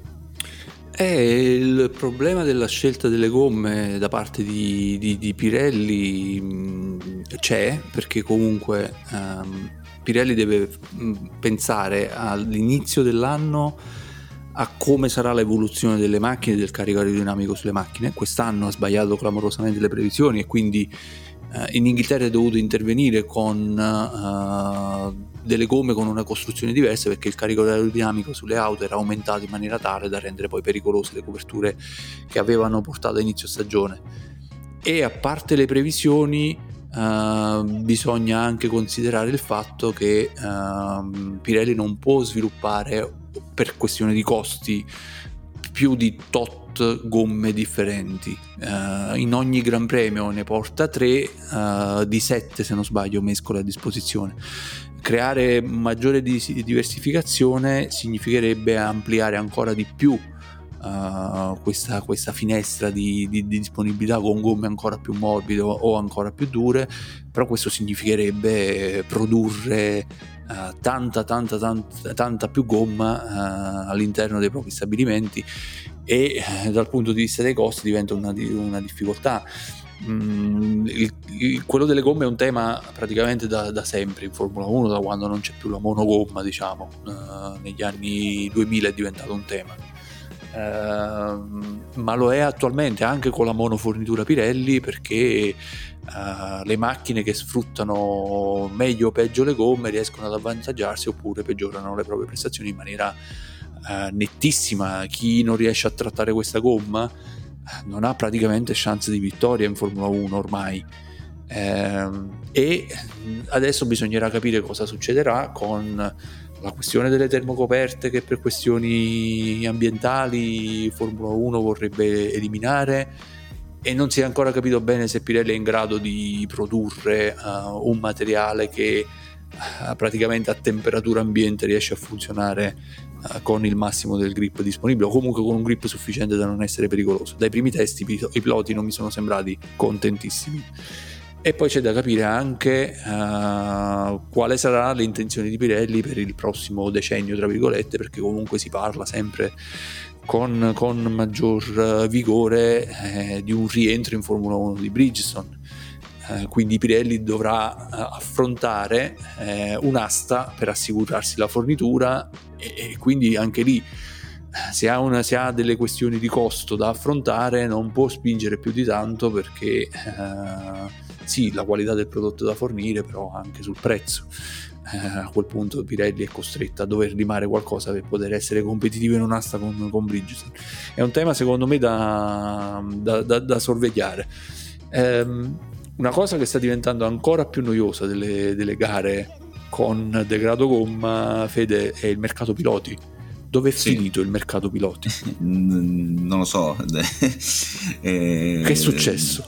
[SPEAKER 4] E il problema della scelta delle gomme da parte di, di, di Pirelli mh, c'è, perché comunque um, Pirelli deve mh, pensare all'inizio dell'anno a come sarà l'evoluzione delle macchine, del carico aerodinamico sulle macchine. Quest'anno ha sbagliato clamorosamente le previsioni e quindi uh, in Inghilterra è dovuto intervenire con uh, delle gomme con una costruzione diversa, perché il carico aerodinamico sulle auto era aumentato in maniera tale da rendere poi pericolose le coperture che avevano portato a inizio stagione. E a parte le previsioni uh, bisogna anche considerare il fatto che uh, Pirelli non può sviluppare, per questione di costi, più di tot gomme differenti. Uh, in ogni Gran Premio ne porta tre, uh, di sette se non sbaglio mescola a disposizione. Creare maggiore diversificazione significherebbe ampliare ancora di più uh, questa, questa finestra di, di, di disponibilità con gomme ancora più morbide o ancora più dure, però questo significherebbe produrre uh, tanta tanta tanta tanta più gomma uh, all'interno dei propri stabilimenti e uh, dal punto di vista dei costi diventa una, una difficoltà. Mm, il, il, quello delle gomme è un tema praticamente da, da sempre in Formula uno, da quando non c'è più la monogomma, diciamo, uh, negli anni duemila è diventato un tema, uh, ma lo è attualmente anche con la monofornitura Pirelli, perché uh, le macchine che sfruttano meglio o peggio le gomme riescono ad avvantaggiarsi oppure peggiorano le proprie prestazioni in maniera uh, nettissima. Chi non riesce a trattare questa gomma non ha praticamente chance di vittoria in Formula uno ormai, eh, e adesso bisognerà capire cosa succederà con la questione delle termocoperte, che per questioni ambientali Formula uno vorrebbe eliminare, e non si è ancora capito bene se Pirelli è in grado di produrre uh, un materiale che uh, praticamente a temperatura ambiente riesce a funzionare con il massimo del grip disponibile, o comunque con un grip sufficiente da non essere pericoloso. Dai primi testi i piloti non mi sono sembrati contentissimi. E poi c'è da capire anche uh, quale sarà le intenzioni di Pirelli per il prossimo decennio, tra virgolette, perché comunque si parla sempre con, con maggior vigore eh, di un rientro in Formula uno di Bridgestone. Uh, quindi Pirelli dovrà uh, affrontare uh, un'asta per assicurarsi la fornitura, e, e quindi anche lì se ha, una, se ha delle questioni di costo da affrontare non può spingere più di tanto, perché uh, sì, la qualità del prodotto da fornire, però anche sul prezzo. Uh, a quel punto Pirelli è costretta a dover rimare qualcosa per poter essere competitivo in un'asta con, con Bridgestone. È un tema secondo me da, da, da, da sorvegliare. Um, Una cosa che sta diventando ancora più noiosa delle, delle gare con degrado gomma, Fede, è il mercato piloti. Dove è sì. finito il mercato piloti?
[SPEAKER 3] Non lo so.
[SPEAKER 4] eh, che è successo?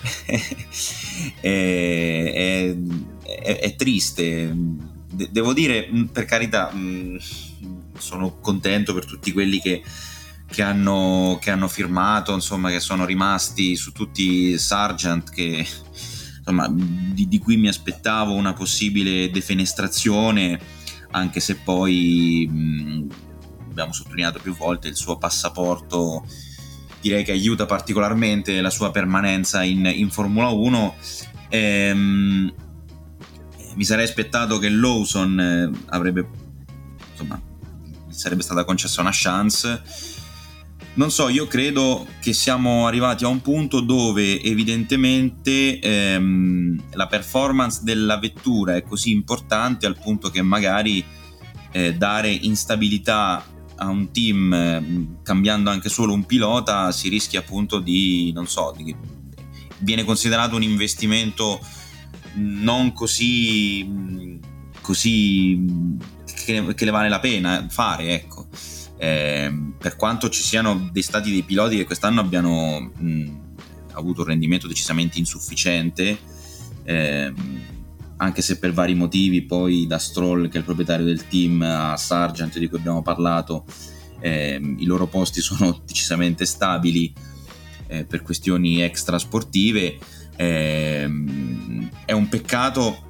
[SPEAKER 3] è, è, è, è triste. De- devo dire, per carità, sono contento per tutti quelli che Che hanno, che hanno firmato, insomma, che sono rimasti, su tutti Sargent, che insomma di, di cui mi aspettavo una possibile defenestrazione, anche se poi mh, abbiamo sottolineato più volte il suo passaporto, direi che aiuta particolarmente la sua permanenza in, in Formula uno. Ehm, mi sarei aspettato che Lawson eh, avrebbe, insomma, sarebbe stata concessa una chance. Non so, io credo che siamo arrivati a un punto dove evidentemente ehm, la performance della vettura è così importante al punto che magari eh, dare instabilità a un team eh, cambiando anche solo un pilota si rischia appunto di, non so, di, viene considerato un investimento non così così che, che le vale la pena fare, ecco. Eh, per quanto ci siano dei stati dei piloti che quest'anno abbiano mh, avuto un rendimento decisamente insufficiente, eh, anche se per vari motivi, poi da Stroll, che è il proprietario del team, a Sargent, di cui abbiamo parlato, eh, i loro posti sono decisamente stabili eh, per questioni extra sportive. Eh, è un peccato,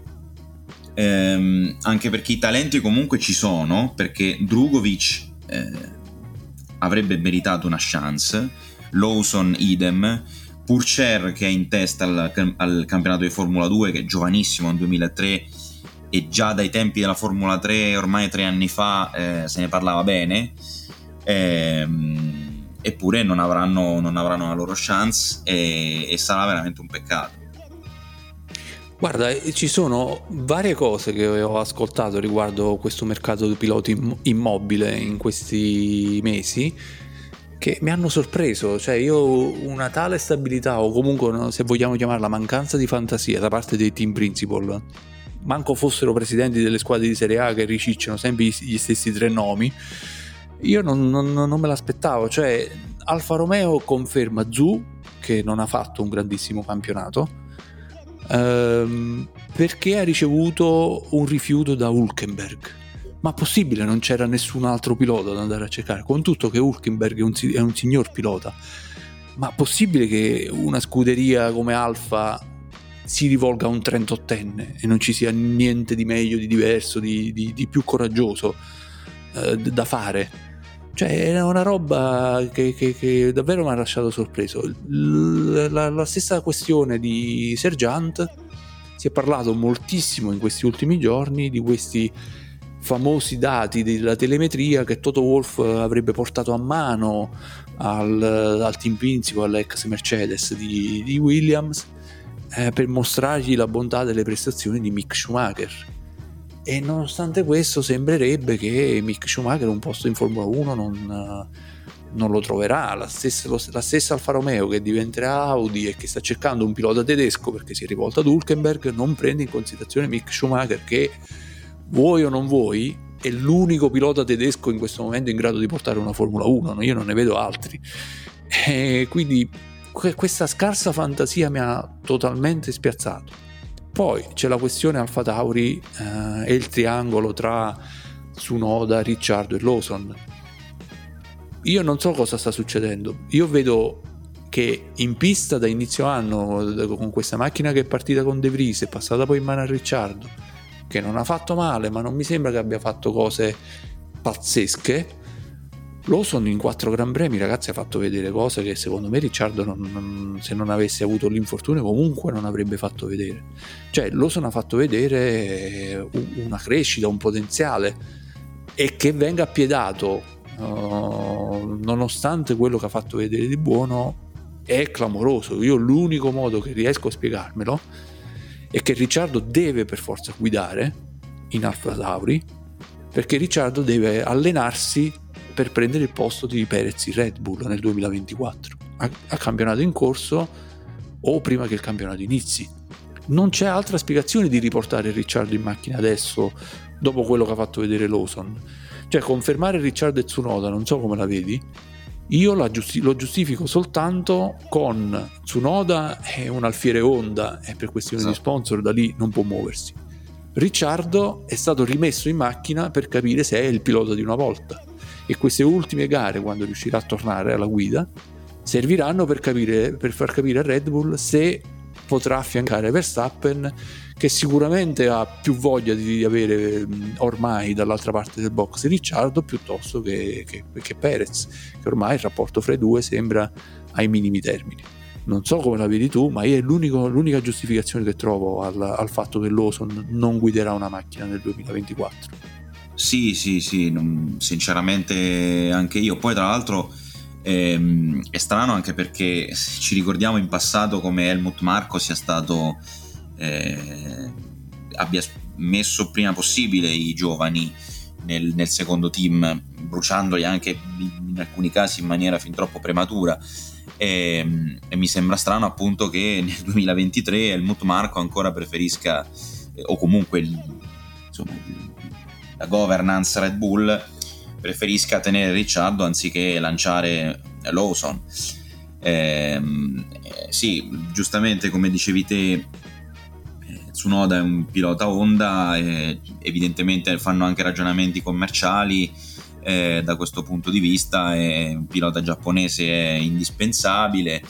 [SPEAKER 3] ehm, anche perché i talenti comunque ci sono, perché Drugovic eh, avrebbe meritato una chance, Lawson idem, Pourchaire, che è in testa al, al campionato di Formula due, che è giovanissimo, nel duemilatré, e già dai tempi della Formula tre, ormai tre anni fa, eh, se ne parlava bene, eh, eppure non avranno, non avranno la loro chance, e, e sarà veramente un peccato.
[SPEAKER 4] Guarda, ci sono varie cose che ho ascoltato riguardo questo mercato di piloti immobile in questi mesi che mi hanno sorpreso. Cioè, io una tale stabilità, o comunque, se vogliamo chiamarla, mancanza di fantasia da parte dei team principal, manco fossero presidenti delle squadre di Serie A che ricicciano sempre gli stessi tre nomi, io non, non, non me l'aspettavo. Cioè, Alfa Romeo conferma Zhou, che non ha fatto un grandissimo campionato, ehm, perché ha ricevuto un rifiuto da Hülkenberg. Ma possibile, non c'era nessun altro pilota da andare a cercare, con tutto che Hülkenberg è un, è un signor pilota, ma possibile che una scuderia come Alfa si rivolga a un trentottenne e non ci sia niente di meglio, di diverso, di, di, di più coraggioso eh, da fare? Cioè, era una roba che, che, che davvero mi ha lasciato sorpreso. La, la, la stessa questione di Sergeant, si è parlato moltissimo in questi ultimi giorni di questi famosi dati della telemetria che Toto Wolff avrebbe portato a mano al, al team principal, all'ex Mercedes di, di Williams, eh, per mostrargli la bontà delle prestazioni di Mick Schumacher. E nonostante questo sembrerebbe che Mick Schumacher un posto in Formula uno non, non lo troverà. La stessa, la stessa Alfa Romeo, che diventerà Audi e che sta cercando un pilota tedesco perché si è rivolta ad Hülkenberg, non prende in considerazione Mick Schumacher, che, vuoi o non vuoi, è l'unico pilota tedesco in questo momento in grado di portare una Formula uno. Io non ne vedo altri, e quindi questa scarsa fantasia mi ha totalmente spiazzato. Poi c'è la questione Alfa Tauri eh, e il triangolo tra Tsunoda, Ricciardo e Lawson. Io non so cosa sta succedendo. Io vedo che in pista da inizio anno, con questa macchina che è partita con De Vries, è passata poi in mano a Ricciardo, che non ha fatto male, ma non mi sembra che abbia fatto cose pazzesche. Lawson in quattro Gran Premi, ragazzi, ha fatto vedere cose che secondo me Ricciardo non, non, se non avesse avuto l'infortunio comunque non avrebbe fatto vedere. Cioè, Lawson ha fatto vedere una crescita, un potenziale, e che venga appiedato uh, nonostante quello che ha fatto vedere di buono è clamoroso. Io l'unico modo che riesco a spiegarmelo è che Ricciardo deve per forza guidare in Alfa Tauri, perché Ricciardo deve allenarsi per prendere il posto di Perez in Red Bull nel duemilaventiquattro, a, a campionato in corso o prima che il campionato inizi. Non c'è altra spiegazione di riportare Ricciardo in macchina adesso, dopo quello che ha fatto vedere Lawson. Cioè, confermare Ricciardo e Tsunoda, non so come la vedi, io la giusti- lo giustifico soltanto con Tsunoda è un alfiere Honda e per questioni esatto. di sponsor da lì non può muoversi. Ricciardo è stato rimesso in macchina per capire se è il pilota di una volta, e queste ultime gare, quando riuscirà a tornare alla guida, serviranno per capire, per far capire a Red Bull se potrà affiancare Verstappen, che sicuramente ha più voglia di avere ormai dall'altra parte del box Ricciardo piuttosto che, che, che Perez, che ormai il rapporto fra i due sembra ai minimi termini. Non so come la vedi tu, ma io è l'unico, l'unica giustificazione che trovo al, al fatto che Lawson non guiderà una macchina nel duemilaventiquattro.
[SPEAKER 3] Sì, sì, sì, non, sinceramente anche io. Poi tra l'altro ehm, è strano anche perché ci ricordiamo in passato come Helmut Marko sia stato eh, abbia messo prima possibile i giovani nel, nel secondo team, bruciandoli anche in alcuni casi in maniera fin troppo prematura. e, e mi sembra strano appunto che nel duemilaventitré Helmut Marko ancora preferisca, eh, o comunque il, insomma, la governance Red Bull preferisca tenere Ricciardo anziché lanciare Lawson. Eh, eh, sì, giustamente come dicevi te, eh, Tsunoda è un pilota Honda, eh, evidentemente fanno anche ragionamenti commerciali, eh, da questo punto di vista è un pilota giapponese è indispensabile,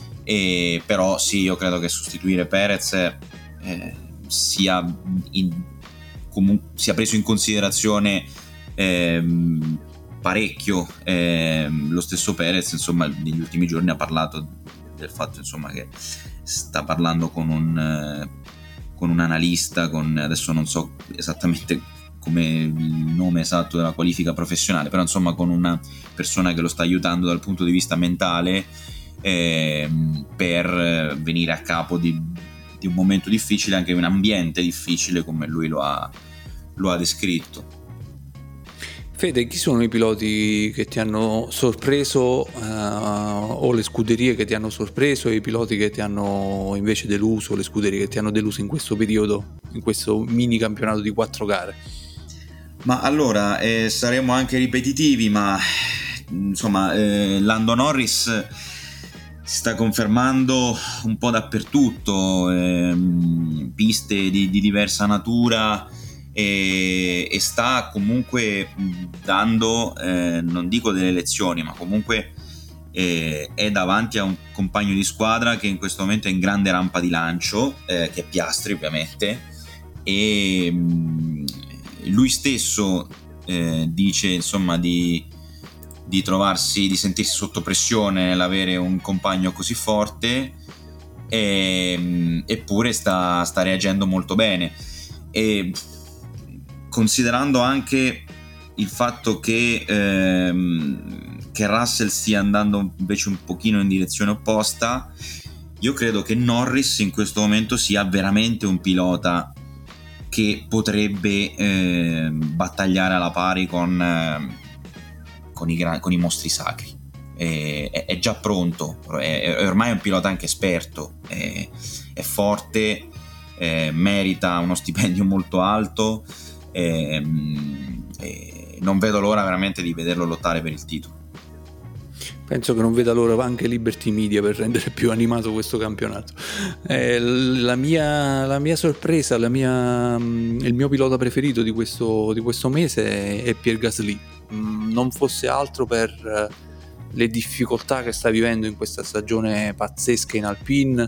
[SPEAKER 3] e però sì, io credo che sostituire Perez eh, sia, in, comu- sia preso in considerazione eh, parecchio. Eh, lo stesso Perez, insomma, negli ultimi giorni ha parlato del fatto, insomma, che sta parlando con un eh, con un analista, con, adesso non so esattamente come il nome esatto della qualifica professionale, però insomma con una persona che lo sta aiutando dal punto di vista mentale, eh, per venire a capo di, di un momento difficile, anche un ambiente difficile come lui lo ha, lo ha descritto.
[SPEAKER 4] Fede, chi sono i piloti che ti hanno sorpreso, uh, o le scuderie che ti hanno sorpreso, e i piloti che ti hanno invece deluso, le scuderie che ti hanno deluso in questo periodo, in questo mini campionato di quattro gare?
[SPEAKER 3] Ma allora, eh, saremo anche ripetitivi, ma insomma, eh, Lando Norris si sta confermando un po' dappertutto, eh, piste di, di diversa natura, e, e sta comunque dando, eh, non dico delle lezioni, ma comunque eh, è davanti a un compagno di squadra che in questo momento è in grande rampa di lancio, eh, che è Piastri ovviamente, e mh, lui stesso eh, dice insomma di, di trovarsi, di sentirsi sotto pressione nell'avere un compagno così forte, e, eppure sta, sta reagendo molto bene. E considerando anche il fatto che, ehm, che Russell stia andando invece un pochino in direzione opposta, io credo che Norris in questo momento sia veramente un pilota che potrebbe eh, battagliare alla pari con, eh, con, i, gra- con i mostri sacri. È, è, è già pronto, è, è ormai un pilota anche esperto, è, è forte, eh, merita uno stipendio molto alto, eh, eh, non vedo l'ora veramente di vederlo lottare per il titolo.
[SPEAKER 4] Penso che non veda l'ora anche Liberty Media per rendere più animato questo campionato. Eh, la, mia, la mia sorpresa, la mia, il mio pilota preferito di questo, di questo mese è Pierre Gasly. Non fosse altro per le difficoltà che sta vivendo in questa stagione pazzesca in Alpine,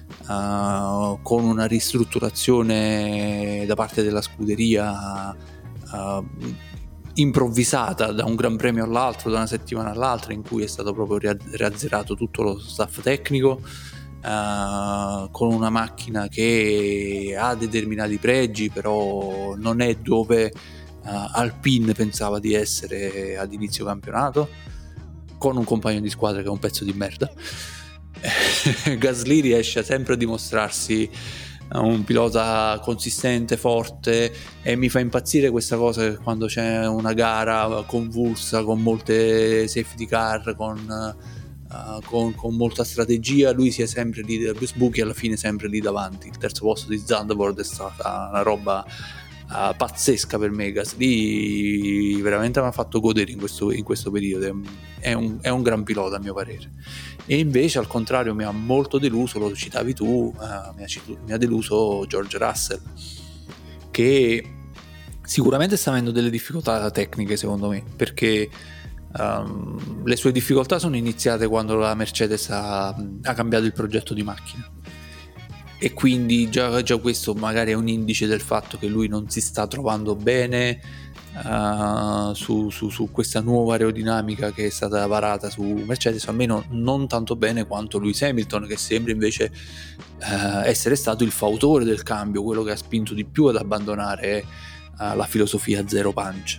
[SPEAKER 4] uh, con una ristrutturazione da parte della scuderia uh, improvvisata da un gran premio all'altro, da una settimana all'altra, in cui è stato proprio riazzerato tutto lo staff tecnico, uh, con una macchina che ha determinati pregi, però non è dove uh, Alpine pensava di essere ad inizio campionato, con un compagno di squadra che è un pezzo di merda. Gasly riesce sempre a dimostrarsi un pilota consistente, forte, e mi fa impazzire questa cosa che quando c'è una gara convulsa con molte safety car, con, uh, con, con molta strategia, lui sia sempre lì, Bruce Bucchi alla fine sempre lì davanti. Il terzo posto di Zandvoort è stata una roba uh, pazzesca per me. Gasly veramente mi ha fatto godere in questo, in questo periodo, è un, è un gran pilota a mio parere. E invece al contrario mi ha molto deluso, lo citavi tu, uh, mi, ha, mi ha deluso George Russell, che sicuramente sta avendo delle difficoltà tecniche secondo me, perché um, le sue difficoltà sono iniziate quando la Mercedes ha, ha cambiato il progetto di macchina, e quindi già, già questo magari è un indice del fatto che lui non si sta trovando bene Uh, su, su, su questa nuova aerodinamica che è stata varata su Mercedes, almeno non tanto bene quanto Lewis Hamilton, che sembra invece uh, essere stato il fautore del cambio, quello che ha spinto di più ad abbandonare uh, la filosofia zero punch.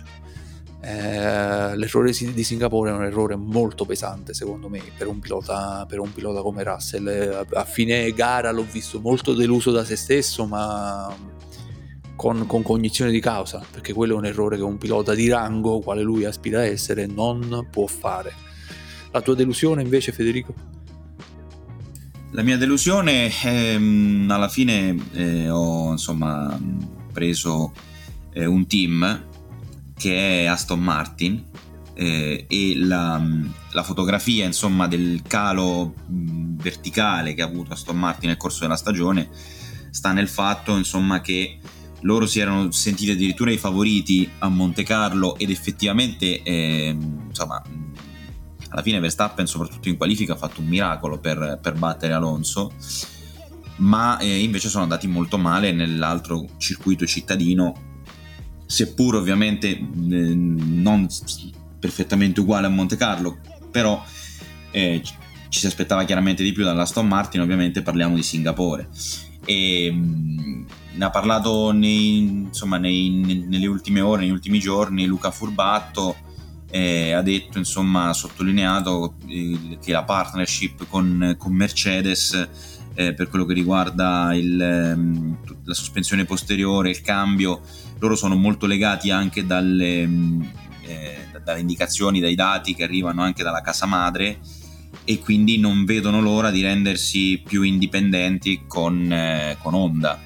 [SPEAKER 4] Uh, l'errore di Singapore è un errore molto pesante secondo me per un pilota, per un pilota come Russell. A fine gara l'ho visto molto deluso da se stesso, ma Con, con cognizione di causa, perché quello è un errore che un pilota di rango quale lui aspira a essere non può fare. La tua delusione invece, Federico?
[SPEAKER 3] La mia delusione ehm, alla fine eh, ho insomma preso eh, un team che è Aston Martin eh, e la, la fotografia insomma del calo mh, verticale che ha avuto Aston Martin nel corso della stagione sta nel fatto insomma che loro si erano sentiti addirittura i favoriti a Monte Carlo ed effettivamente eh, insomma alla fine Verstappen soprattutto in qualifica ha fatto un miracolo per, per battere Alonso, ma eh, invece sono andati molto male nell'altro circuito cittadino, seppur ovviamente eh, non perfettamente uguale a Monte Carlo, però eh, ci si aspettava chiaramente di più dall'Aston Martin. Ovviamente parliamo di Singapore e mh, ne ha parlato nei, insomma, nei, nelle ultime ore, negli ultimi giorni Luca Furbatto. Eh, ha detto, insomma, ha sottolineato eh, che la partnership con, con Mercedes eh, per quello che riguarda il, ehm, la sospensione posteriore, il cambio, loro sono molto legati anche dalle, eh, dalle indicazioni, dai dati che arrivano anche dalla casa madre, e quindi non vedono l'ora di rendersi più indipendenti con, eh, con Honda.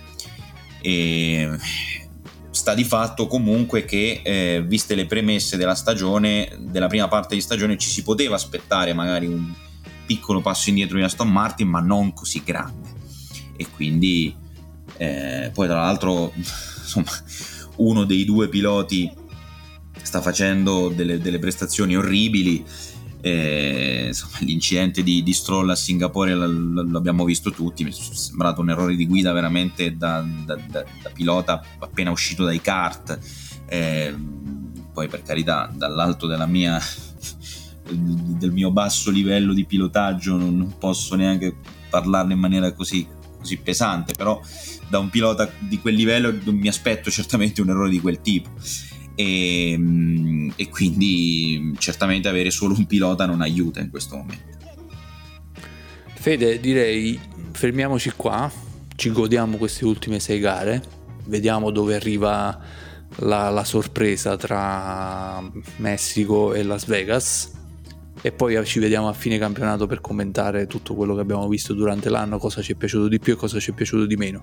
[SPEAKER 3] E sta di fatto comunque che eh, viste le premesse della stagione, della prima parte di stagione, ci si poteva aspettare magari un piccolo passo indietro di Aston Martin, ma non così grande, e quindi eh, poi tra l'altro insomma uno dei due piloti sta facendo delle, delle prestazioni orribili. Eh, insomma, l'incidente di, di Stroll a Singapore l- l'abbiamo visto tutti, mi è sembrato un errore di guida veramente da, da, da, da pilota appena uscito dai kart. Eh, poi per carità, dall'alto della mia del mio basso livello di pilotaggio non posso neanche parlarne in maniera così, così pesante, però da un pilota di quel livello mi aspetto certamente un errore di quel tipo. E, e quindi certamente avere solo un pilota non aiuta in questo momento.
[SPEAKER 4] Fede, direi fermiamoci qua, ci godiamo queste ultime sei gare, vediamo dove arriva la, la sorpresa tra Messico e Las Vegas, e poi ci vediamo a fine campionato per commentare tutto quello che abbiamo visto durante l'anno, cosa ci è piaciuto di più e cosa ci è piaciuto di meno.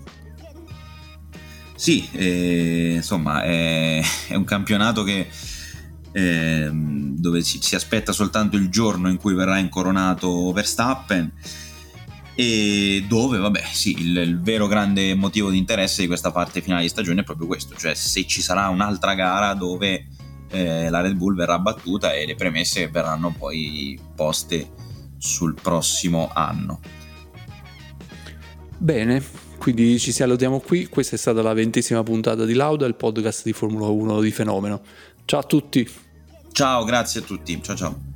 [SPEAKER 3] Sì, eh, insomma è, è un campionato che eh, dove si, si aspetta soltanto il giorno in cui verrà incoronato Verstappen, e dove vabbè sì il, il vero grande motivo di interesse di questa parte finale di stagione è proprio questo, cioè se ci sarà un'altra gara dove eh, la Red Bull verrà battuta e le premesse verranno poi poste sul prossimo anno.
[SPEAKER 4] Bene, quindi ci salutiamo qui. Questa è stata la ventesima puntata di Lauda, il podcast di Formula uno di Fenomeno. Ciao a tutti.
[SPEAKER 3] Ciao, grazie a tutti. Ciao ciao.